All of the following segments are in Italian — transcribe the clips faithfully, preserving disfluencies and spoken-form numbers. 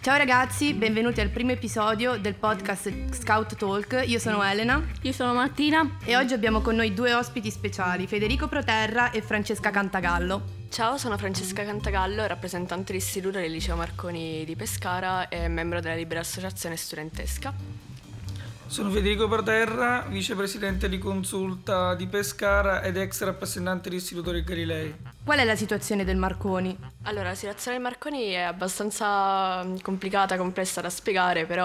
Ciao ragazzi, benvenuti al primo episodio del podcast Scout Talk. Io sono Elena. Io sono Martina. E oggi abbiamo con noi due ospiti speciali, Federico Proterra e Francesca Cantagallo. Ciao, sono Francesca Cantagallo, rappresentante d'istituto del Liceo Marconi di Pescara e membro della Libera Associazione Studentesca. Sono Federico Proterra, vicepresidente di Consulta di Pescara ed ex rappresentante dell'Istituto del Galilei. Qual è la situazione del Marconi? Allora, la situazione del Marconi è abbastanza complicata, complessa da spiegare, però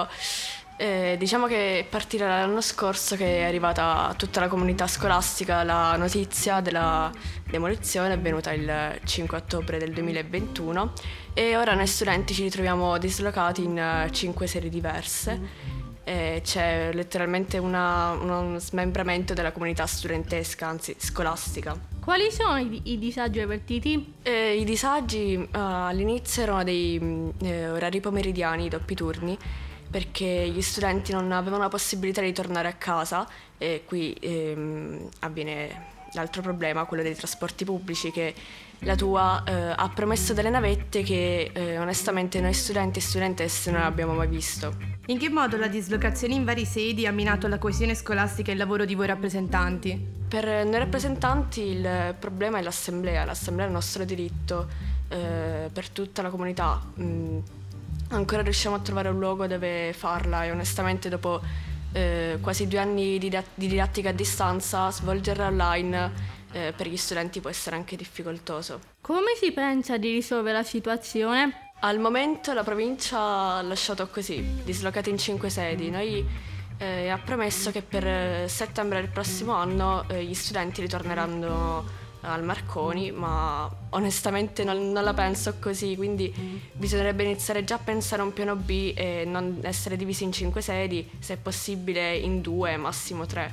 eh, diciamo che è partita dall'anno scorso che è arrivata a tutta la comunità scolastica la notizia della demolizione, è venuta il cinque ottobre del duemilaventuno e ora noi studenti ci ritroviamo dislocati in cinque sedi diverse. E c'è letteralmente una, uno smembramento della comunità studentesca, anzi scolastica. Quali sono i, i disagi avvertiti? Eh, I disagi uh, all'inizio erano dei eh, orari pomeridiani, doppi turni, perché gli studenti non avevano la possibilità di tornare a casa e qui ehm, avviene l'altro problema, quello dei trasporti pubblici, che la tua eh, ha promesso delle navette che eh, onestamente noi studenti e studentesse non abbiamo mai visto. In che modo la dislocazione in varie sedi ha minato la coesione scolastica e il lavoro di voi rappresentanti? Per noi rappresentanti il problema è l'assemblea, l'assemblea è il nostro diritto eh, per tutta la comunità. Mm, ancora riusciamo a trovare un luogo dove farla e onestamente dopo eh, quasi due anni di, di didattica a distanza svolgerla online eh, per gli studenti può essere anche difficoltoso. Come si pensa di risolvere la situazione? Al momento la provincia ha lasciato così, dislocati in cinque sedi. Noi eh, ha promesso che per settembre del prossimo anno eh, gli studenti ritorneranno al Marconi, ma onestamente non, non la penso così, quindi bisognerebbe iniziare già a pensare a un piano B e non essere divisi in cinque sedi, se è possibile in due, massimo tre.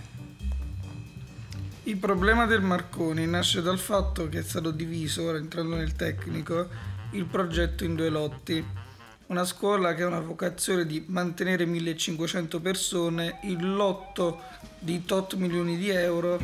Il problema del Marconi nasce dal fatto che è stato diviso, ora entrando nel tecnico, il progetto in due lotti. Una scuola che ha una vocazione di mantenere millecinquecento persone, il lotto di tot milioni di euro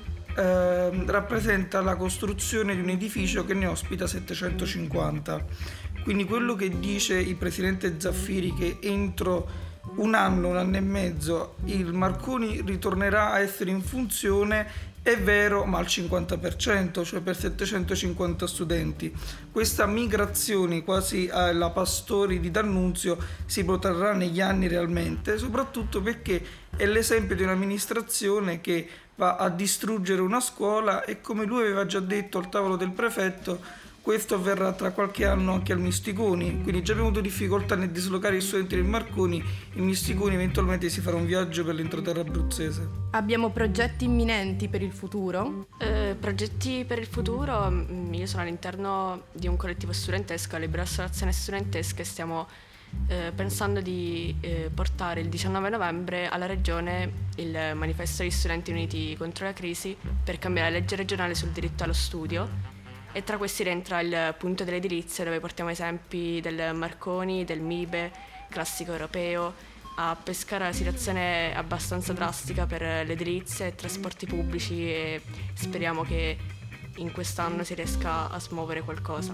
eh, rappresenta la costruzione di un edificio che ne ospita settecentocinquanta. Quindi quello che dice il presidente Zaffiri, che entro un anno, un anno e mezzo il Marconi ritornerà a essere in funzione, è vero, ma al cinquanta per cento, cioè per settecentocinquanta studenti. Questa migrazione quasi alla Pastori di D'Annunzio si protrarrà negli anni realmente, soprattutto perché è l'esempio di un'amministrazione che va a distruggere una scuola e, come lui aveva già detto al tavolo del prefetto, questo avverrà tra qualche anno anche al Misticoni, quindi già abbiamo avuto difficoltà nel dislocare gli studenti del Marconi, il Misticoni eventualmente si farà un viaggio per l'entroterra abruzzese. Abbiamo progetti imminenti per il futuro? Eh, progetti per il futuro, io sono all'interno di un collettivo studentesco, la Libera Associazione Studentesca, e stiamo eh, pensando di eh, portare il diciannove novembre alla Regione il manifesto degli studenti uniti contro la crisi per cambiare la legge regionale sul diritto allo studio. E tra questi rientra il punto dell'edilizia, dove portiamo esempi del Marconi, del MIBE, classico europeo. A Pescara la situazione è abbastanza drastica per l'edilizia e trasporti pubblici e speriamo che in quest'anno si riesca a smuovere qualcosa.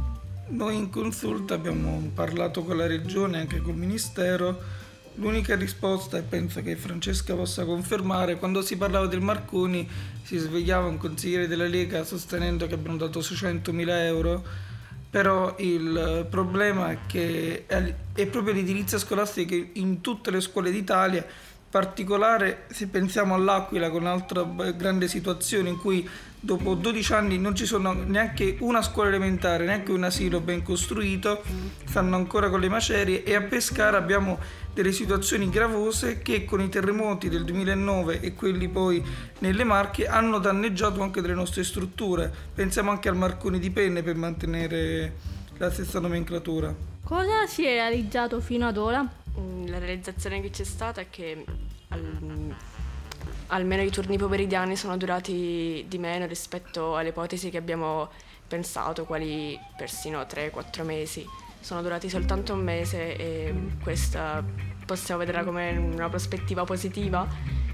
Noi in consulta abbiamo parlato con la Regione e anche col Ministero. L'unica risposta, e penso che Francesca possa confermare, quando si parlava del Marconi si svegliava un consigliere della Lega sostenendo che abbiano dato seicentomila euro, però il problema è che è proprio l'edilizia scolastica in tutte le scuole d'Italia, in particolare se pensiamo all'Aquila, con un'altra grande situazione in cui dopo dodici anni non ci sono neanche una scuola elementare, neanche un asilo ben costruito, stanno ancora con le macerie, e a Pescara abbiamo delle situazioni gravose che con i terremoti del duemilanove e quelli poi nelle Marche hanno danneggiato anche delle nostre strutture. Pensiamo anche al Marconi di Penne per mantenere la stessa nomenclatura. Cosa si è realizzato fino ad ora? La realizzazione che c'è stata è che al, almeno i turni pomeridiani sono durati di meno rispetto alle ipotesi che abbiamo pensato, quali persino tre quattro mesi. Sono durati soltanto un mese e questa possiamo vederla come una prospettiva positiva.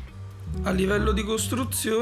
A livello di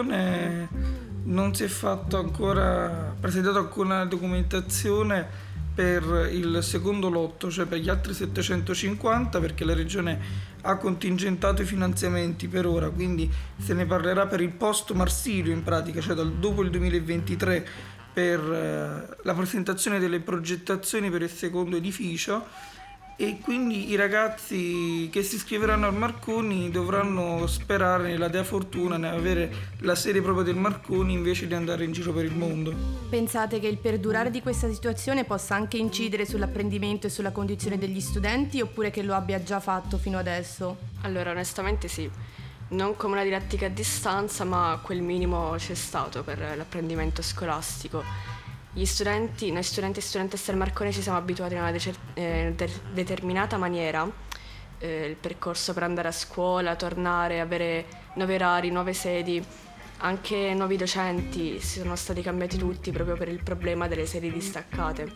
costruzione non si è fatto ancora, presentato ancora una documentazione per il secondo lotto, cioè per gli altri settecentocinquanta, perché la regione ha contingentato i finanziamenti per ora, quindi se ne parlerà per il post Marsilio in pratica, cioè dal, dopo il duemilaventitré, per eh, la presentazione delle progettazioni per il secondo edificio. E quindi i ragazzi che si iscriveranno al Marconi dovranno sperare nella dea fortuna nell'avere la sede proprio del Marconi invece di andare in giro per il mondo. Pensate che il perdurare di questa situazione possa anche incidere sull'apprendimento e sulla condizione degli studenti, oppure che lo abbia già fatto fino adesso? Allora, onestamente sì. Non come una didattica a distanza, ma quel minimo c'è stato per l'apprendimento scolastico. Gli studenti, noi studenti e studentesse del Marconi ci siamo abituati in una decer- eh, de- determinata maniera, eh, il percorso per andare a scuola, tornare, avere nuovi orari, nuove sedi, anche nuovi docenti, si sono stati cambiati tutti proprio per il problema delle sedi distaccate.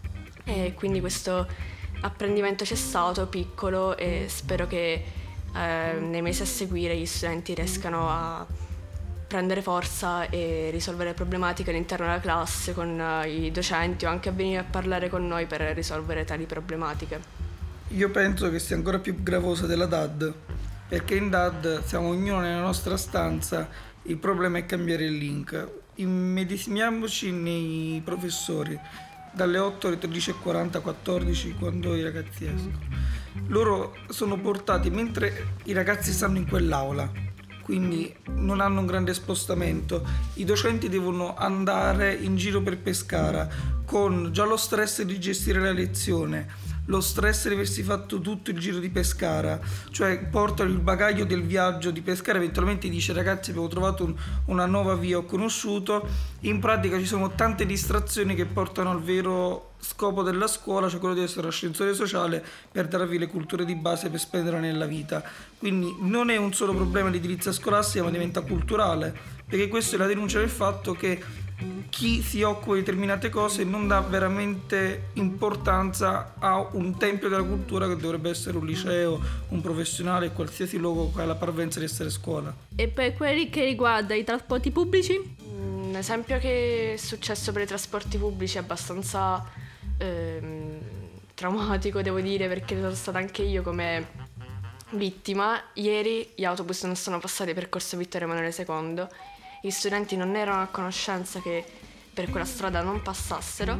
E quindi questo apprendimento c'è stato, piccolo, e spero che eh, nei mesi a seguire gli studenti riescano a prendere forza e risolvere problematiche all'interno della classe con uh, i docenti o anche a venire a parlare con noi per risolvere tali problematiche. Io penso che sia ancora più gravosa della D A D, perché in D A D siamo ognuno nella nostra stanza, il problema è cambiare il link. Immedesimiamoci nei professori, dalle otto alle tredici e quaranta, quattordici, quando i ragazzi escono. Loro sono portati mentre i ragazzi stanno in quell'aula, quindi non hanno un grande spostamento. I docenti devono andare in giro per Pescara con già lo stress di gestire la lezione, lo stress di aversi fatto tutto il giro di Pescara, cioè portano il bagaglio del viaggio di Pescara, eventualmente dice ragazzi abbiamo trovato un, una nuova via, ho conosciuto. In pratica ci sono tante distrazioni che portano al vero scopo della scuola, cioè quello di essere ascensore sociale per darvi le culture di base per spendere nella vita. Quindi non è un solo problema di edilizia scolastica, ma diventa culturale, perché questo è la denuncia del fatto che chi si occupa di determinate cose non dà veramente importanza a un tempio della cultura che dovrebbe essere un liceo, un professionale, qualsiasi luogo che ha la parvenza di essere scuola. E per quelli che riguarda i trasporti pubblici? Un esempio che è successo per i trasporti pubblici è abbastanza ehm, traumatico, devo dire, perché sono stata anche io come vittima. Ieri gli autobus non sono passati per Corso Vittorio Emanuele secondo, gli studenti non erano a conoscenza che per quella strada non passassero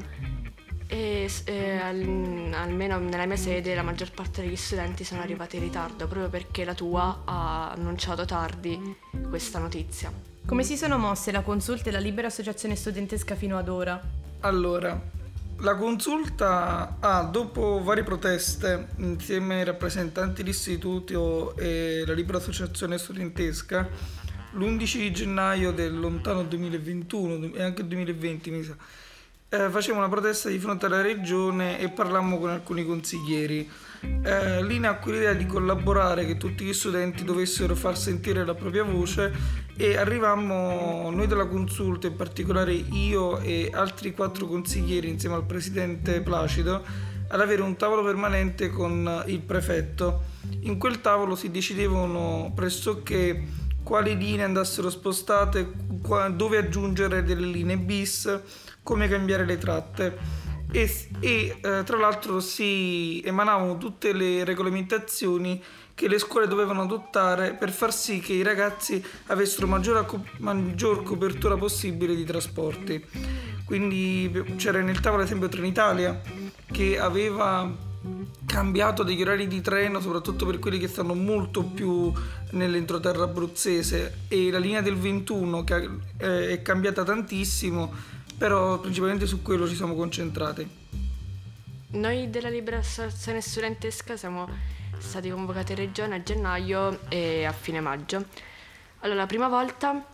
e, e al, almeno nella mia sede la maggior parte degli studenti sono arrivati in ritardo proprio perché la tua ha annunciato tardi questa notizia. Come si sono mosse la Consulta e la Libera Associazione Studentesca fino ad ora? Allora, la Consulta ha, dopo varie proteste insieme ai rappresentanti dell'istituto e la Libera Associazione Studentesca, l'undici di gennaio del lontano duemilaventuno e anche duemilaventi mi sa, eh, facevamo una protesta di fronte alla regione e parlammo con alcuni consiglieri. Eh, lì nacque l'idea di collaborare, che tutti gli studenti dovessero far sentire la propria voce, e arrivammo noi della Consulta, in particolare io e altri quattro consiglieri insieme al presidente Placido, ad avere un tavolo permanente con il prefetto. In quel tavolo si decidevano pressoché quali linee andassero spostate, dove aggiungere delle linee bis, come cambiare le tratte e, e eh, tra l'altro si emanavano tutte le regolamentazioni che le scuole dovevano adottare per far sì che i ragazzi avessero maggior, maggior copertura possibile di trasporti. Quindi c'era nel tavolo ad esempio Trenitalia, che aveva cambiato degli orari di treno, soprattutto per quelli che stanno molto più nell'entroterra abruzzese, e la linea del ventuno che è cambiata tantissimo, però principalmente su quello ci siamo concentrati. Noi della Libera Associazione Studentesca siamo stati convocati in regione a gennaio e a fine maggio. Allora, la prima volta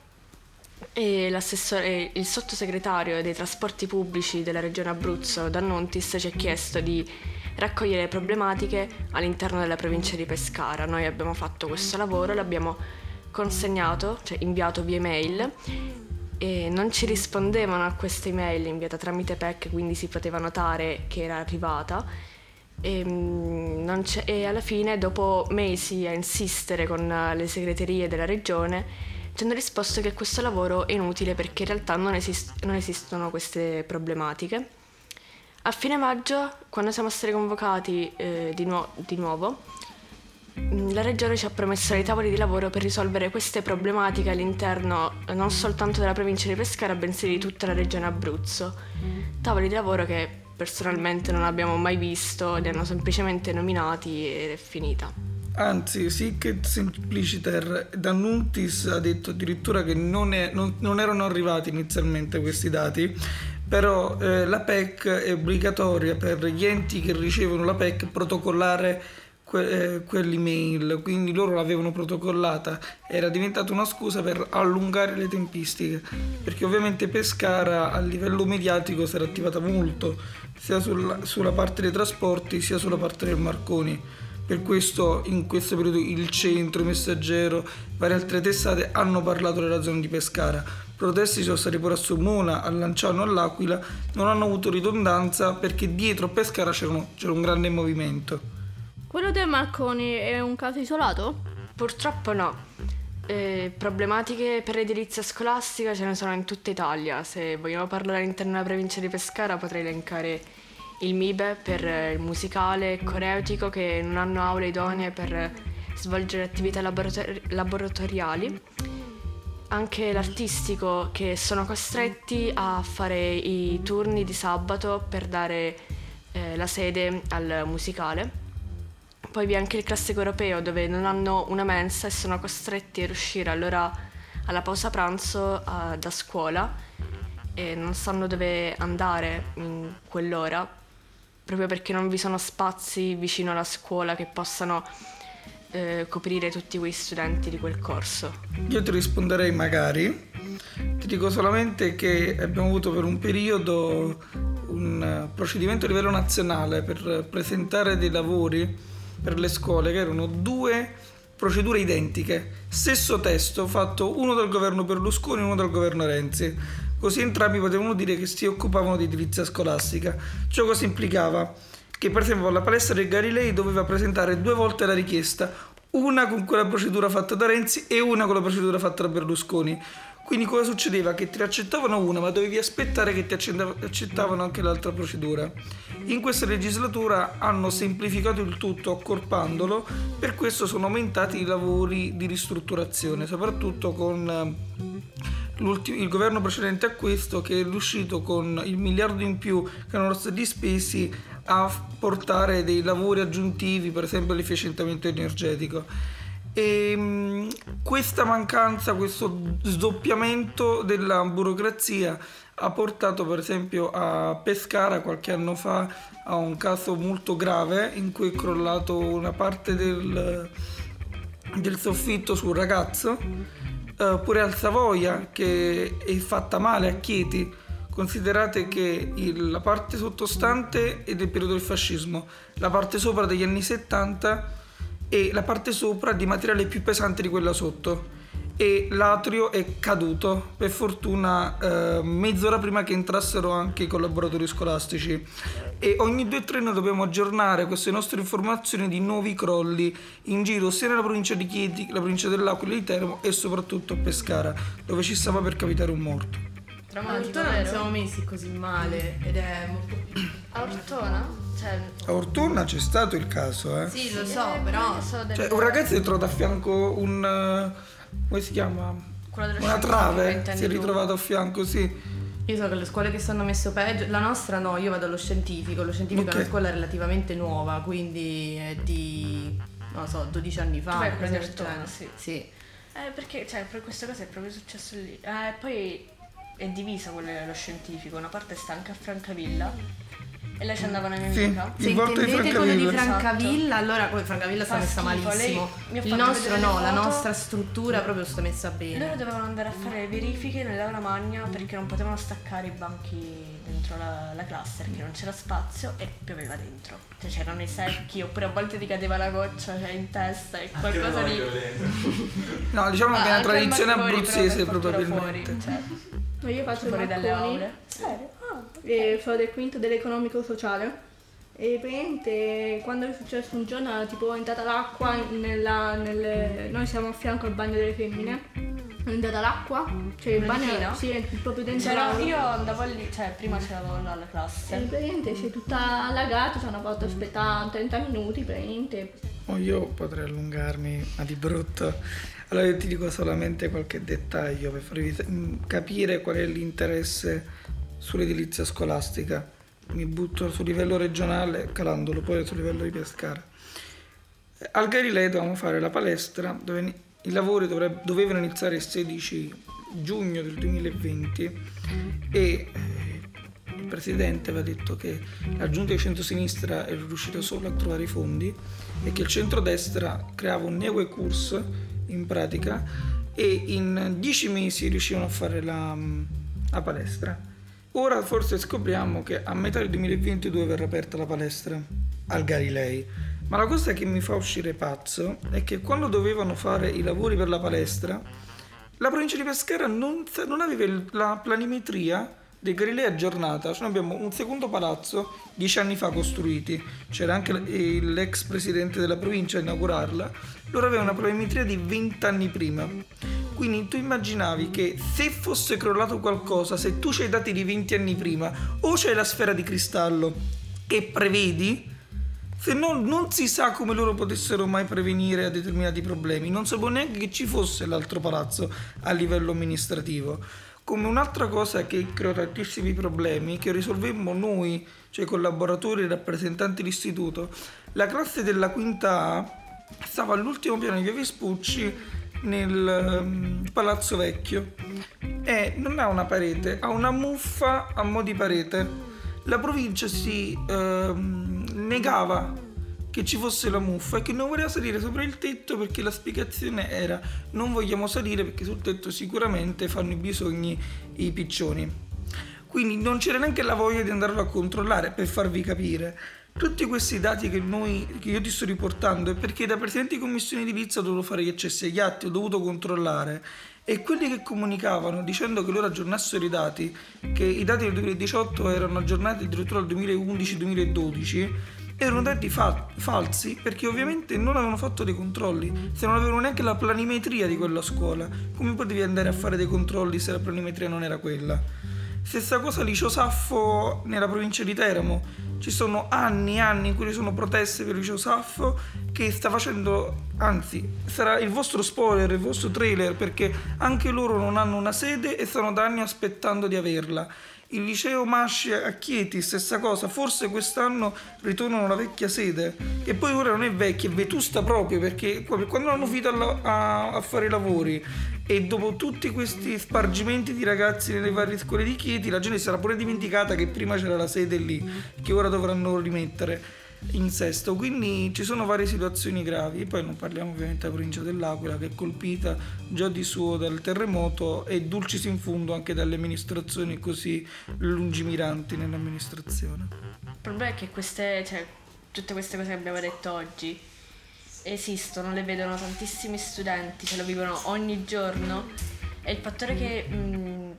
e l'assessore, il sottosegretario dei trasporti pubblici della regione Abruzzo, D'Annuntis, ci ha chiesto di raccogliere problematiche all'interno della provincia di Pescara. Noi abbiamo fatto questo lavoro, l'abbiamo consegnato, cioè inviato via email, e non ci rispondevano a questa email inviata tramite P E C, quindi si poteva notare che era arrivata. E, non c'è, e alla fine, dopo mesi a insistere con le segreterie della regione, ci hanno risposto che questo lavoro è inutile perché in realtà non, esist- non esistono queste problematiche. A fine maggio, quando siamo stati convocati eh, di, nuo- di nuovo, la Regione ci ha promesso dei tavoli di lavoro per risolvere queste problematiche all'interno non soltanto della provincia di Pescara, bensì di tutta la regione Abruzzo. Tavoli di lavoro che personalmente non abbiamo mai visto, li hanno semplicemente nominati ed è finita. Anzi, sic et simpliciter, D'Annuntis ha detto addirittura che non, è, non, non erano arrivati inizialmente questi dati, però eh, la P E C è obbligatoria per gli enti che ricevono la P E C protocollare que- eh, quell'email, quindi loro l'avevano protocollata, era diventata una scusa per allungare le tempistiche, perché ovviamente Pescara a livello mediatico si era attivata molto, sia sulla, sulla parte dei trasporti sia sulla parte del Marconi. Per questo in questo periodo il Centro, il Messaggero, varie altre testate hanno parlato della zona di Pescara. Proteste ci sono stati pure a Sulmona, a Lanciano, all'Aquila, non hanno avuto ridondanza perché dietro a Pescara c'erano, c'era un grande movimento. Quello del Marconi è un caso isolato? Purtroppo no. Eh, problematiche per l'edilizia scolastica ce ne sono in tutta Italia. Se vogliamo parlare all'interno della provincia di Pescara potrei elencare il M I B E per il musicale e coreutico che non hanno aule idonee per svolgere attività laboratori- laboratoriali, anche l'artistico che sono costretti a fare i turni di sabato per dare eh, la sede al musicale. Poi vi è anche il classico europeo dove non hanno una mensa e sono costretti ad uscire all'ora, alla pausa pranzo uh, da scuola e non sanno dove andare in quell'ora, proprio perché non vi sono spazi vicino alla scuola che possano eh, coprire tutti quei studenti di quel corso. Io ti risponderei magari, ti dico solamente che abbiamo avuto per un periodo un procedimento a livello nazionale per presentare dei lavori per le scuole che erano due procedure identiche, stesso testo fatto uno dal governo Berlusconi e uno dal governo Renzi. Così entrambi potevano dire che si occupavano di edilizia scolastica. Ciò cosa implicava? Che per esempio la palestra del Galilei doveva presentare due volte la richiesta, una con quella procedura fatta da Renzi e una con la procedura fatta da Berlusconi. Quindi cosa succedeva? Che ti accettavano una, ma dovevi aspettare che ti accettavano anche l'altra procedura. In questa legislatura hanno semplificato il tutto accorpandolo, per questo sono aumentati i lavori di ristrutturazione, soprattutto con il governo precedente a questo, che è riuscito con il miliardo in più che erano stati spesi a portare dei lavori aggiuntivi, per esempio l'efficientamento energetico. E mh, questa mancanza, questo sdoppiamento della burocrazia ha portato per esempio a Pescara qualche anno fa a un caso molto grave in cui è crollato una parte del, del soffitto su un ragazzo. Uh, pure al Savoia, che è fatta male a Chieti. Considerate che il, la parte sottostante è del periodo del fascismo, la parte sopra degli anni settanta e la parte sopra di materiale più pesante di quella sotto, e l'atrio è caduto, per fortuna eh, mezz'ora prima che entrassero anche i collaboratori scolastici, e ogni due o tre noi dobbiamo aggiornare queste nostre informazioni di nuovi crolli in giro sia nella provincia di Chieti, la provincia dell'Aquila, di Teramo e soprattutto a Pescara, dove ci stava per capitare un morto. A Ortona non siamo messi così male ed è molto più... A Ortona? Cioè... A Ortona c'è stato il caso, eh? Sì, lo so, però... Cioè, un ragazzo è trovato a fianco un... come si chiama? Una trave, si è ritrovato a fianco, sì. Io so che le scuole che stanno messo peggio, la nostra no, io vado allo scientifico, lo scientifico okay. È una scuola relativamente nuova, quindi è di, non so, dodici anni fa. Beh, quella di Ortona, sì. Sì. Eh, perché, cioè, per questa cosa è proprio successo lì. Eh, poi è divisa quello dello scientifico, una parte sta anche a Francavilla. E lei ci andava una mia sì, amica. Se intendete quello di Francavilla, allora poi Francavilla sta messa malissimo. Il nostro no, la nostra struttura proprio sta messa bene. Loro dovevano andare a fare le verifiche nell'aula magna perché non potevano staccare i banchi dentro la, la classe perché non c'era spazio e pioveva dentro. Cioè c'erano i secchi, oppure a volte ti cadeva la goccia, cioè, in testa e qualcosa di... No, diciamo ah, che è una tradizione abruzzese probabilmente. Fuori, cioè, io faccio fuori dalle aule. Serio? E sono del quinto dell'economico sociale e praticamente quando è successo un giorno tipo è entrata l'acqua nella, nelle, noi siamo a fianco al bagno delle femmine, è è andata l'acqua, cioè il bagno, Vicino? sì, proprio dentro. C'era, la- io andavo lì, cioè prima c'ero là alla E classe. praticamente si è tutta allagata, ci hanno fatto aspettare trenta minuti praticamente. Oh, io potrei allungarmi, ma di brutto. Allora io ti dico solamente qualche dettaglio per farvi mm, capire qual è l'interesse sull'edilizia scolastica. Mi butto sul livello regionale, calandolo poi sul livello di Pescara. Al Galilei dovevamo fare la palestra dove ni- i lavori dovre- dovevano iniziare il sedici giugno del duemilaventi e eh, il presidente aveva detto che la giunta di centrosinistra era riuscita solo a trovare i fondi e che il centrodestra creava un neue course in pratica e in dieci mesi riuscivano a fare la, la palestra. Ora forse scopriamo che a metà del duemilaventidue verrà aperta la palestra al Galilei, ma la cosa che mi fa uscire pazzo è che quando dovevano fare i lavori per la palestra la provincia di Pescara non, non aveva il- la planimetria dei Galilei aggiornata. Cioè noi abbiamo un secondo palazzo dieci anni fa costruiti, c'era anche l- l'ex presidente della provincia a inaugurarla, loro avevano una planimetria di venti anni prima. Quindi tu immaginavi che se fosse crollato qualcosa, se tu c'hai i dati di venti anni prima, o c'hai la sfera di cristallo e prevedi, se no non si sa come loro potessero mai prevenire a determinati problemi. Non sapevo neanche che ci fosse l'altro palazzo a livello amministrativo. Come un'altra cosa che creò tantissimi problemi, che risolvemmo noi, cioè i collaboratori e i rappresentanti dell'istituto, la classe della quinta A stava all'ultimo piano di via Vespucci nel um, Palazzo Vecchio e non ha una parete, ha una muffa a mo' di parete. La provincia si ehm, negava che ci fosse la muffa e che non voleva salire sopra il tetto perché la spiegazione era: non vogliamo salire perché sul tetto sicuramente fanno i bisogni i piccioni. Quindi non c'era neanche la voglia di andarlo a controllare. Per farvi capire, tutti questi dati che, noi, che io ti sto riportando è perché da presidente di commissione edilizia ho dovuto fare gli accessi agli atti, ho dovuto controllare, e quelli che comunicavano dicendo che loro aggiornassero i dati, che i dati del duemiladiciotto erano aggiornati addirittura al duemilaundici duemiladodici, erano dati fa- falsi perché ovviamente non avevano fatto dei controlli, se non avevano neanche la planimetria di quella scuola. Come potevi andare a fare dei controlli se la planimetria non era quella? Stessa cosa Liceo Saffo nella provincia di Teramo. Ci sono anni e anni in cui ci sono proteste per il Liceo Saffo che sta facendo, anzi sarà il vostro spoiler, il vostro trailer, perché anche loro non hanno una sede e stanno da anni aspettando di averla. Il liceo Masci a Chieti, stessa cosa, forse quest'anno ritornano alla vecchia sede, che poi ora non è vecchia, è vetusta proprio, perché quando hanno finito a, a, a fare i lavori e dopo tutti questi spargimenti di ragazzi nelle varie scuole di Chieti, la gente si sarà pure dimenticata che prima c'era la sede lì, che ora dovranno rimettere in sesto. Quindi ci sono varie situazioni gravi. E poi non parliamo ovviamente della provincia dell'Aquila, che è colpita già di suo dal terremoto e dulcis in fundo anche dalle amministrazioni così lungimiranti nell'amministrazione. Il problema è che queste, cioè, tutte queste cose che abbiamo detto oggi esistono, le vedono tantissimi studenti, ce lo vivono ogni giorno, e il fattore che mh...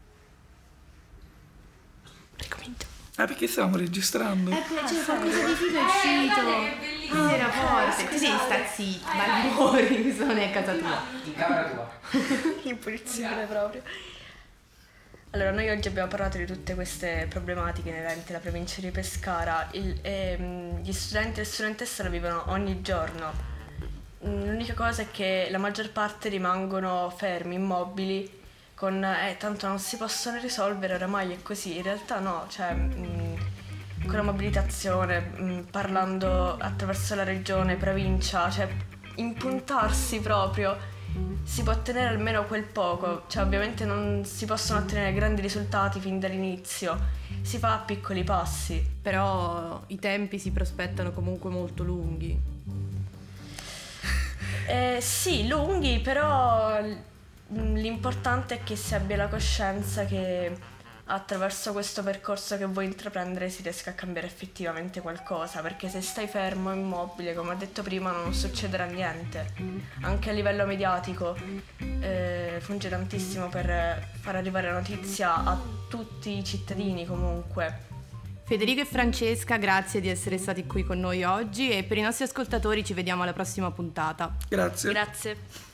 ricomincio. Ah, perché stavamo registrando? Eh, c'è qualcosa di figo è uscito. Quindi era forte. Tu devi stare zitti, vai fuori, questo non è casa tua. In camera tua. In punizione proprio. Allora, noi oggi abbiamo parlato di tutte queste problematiche inerenti alla provincia di Pescara. Il, ehm, gli studenti e le studentesse lo vivono ogni giorno. L'unica cosa è che la maggior parte rimangono fermi, immobili, con eh, tanto non si possono risolvere, oramai è così. In realtà no, cioè mh, con la mobilitazione, mh, parlando attraverso la regione, provincia, cioè impuntarsi proprio, si può ottenere almeno quel poco. Cioè ovviamente non si possono ottenere grandi risultati fin dall'inizio, si fa a piccoli passi. Però i tempi si prospettano comunque molto lunghi. Eh, sì, lunghi, però l'importante è che si abbia la coscienza che attraverso questo percorso che vuoi intraprendere si riesca a cambiare effettivamente qualcosa, perché se stai fermo, immobile, come ho detto prima, non succederà niente. Anche a livello mediatico eh, funge tantissimo per far arrivare la notizia a tutti i cittadini comunque. Federico e Francesca, grazie di essere stati qui con noi oggi, e per i nostri ascoltatori ci vediamo alla prossima puntata. Grazie. Grazie.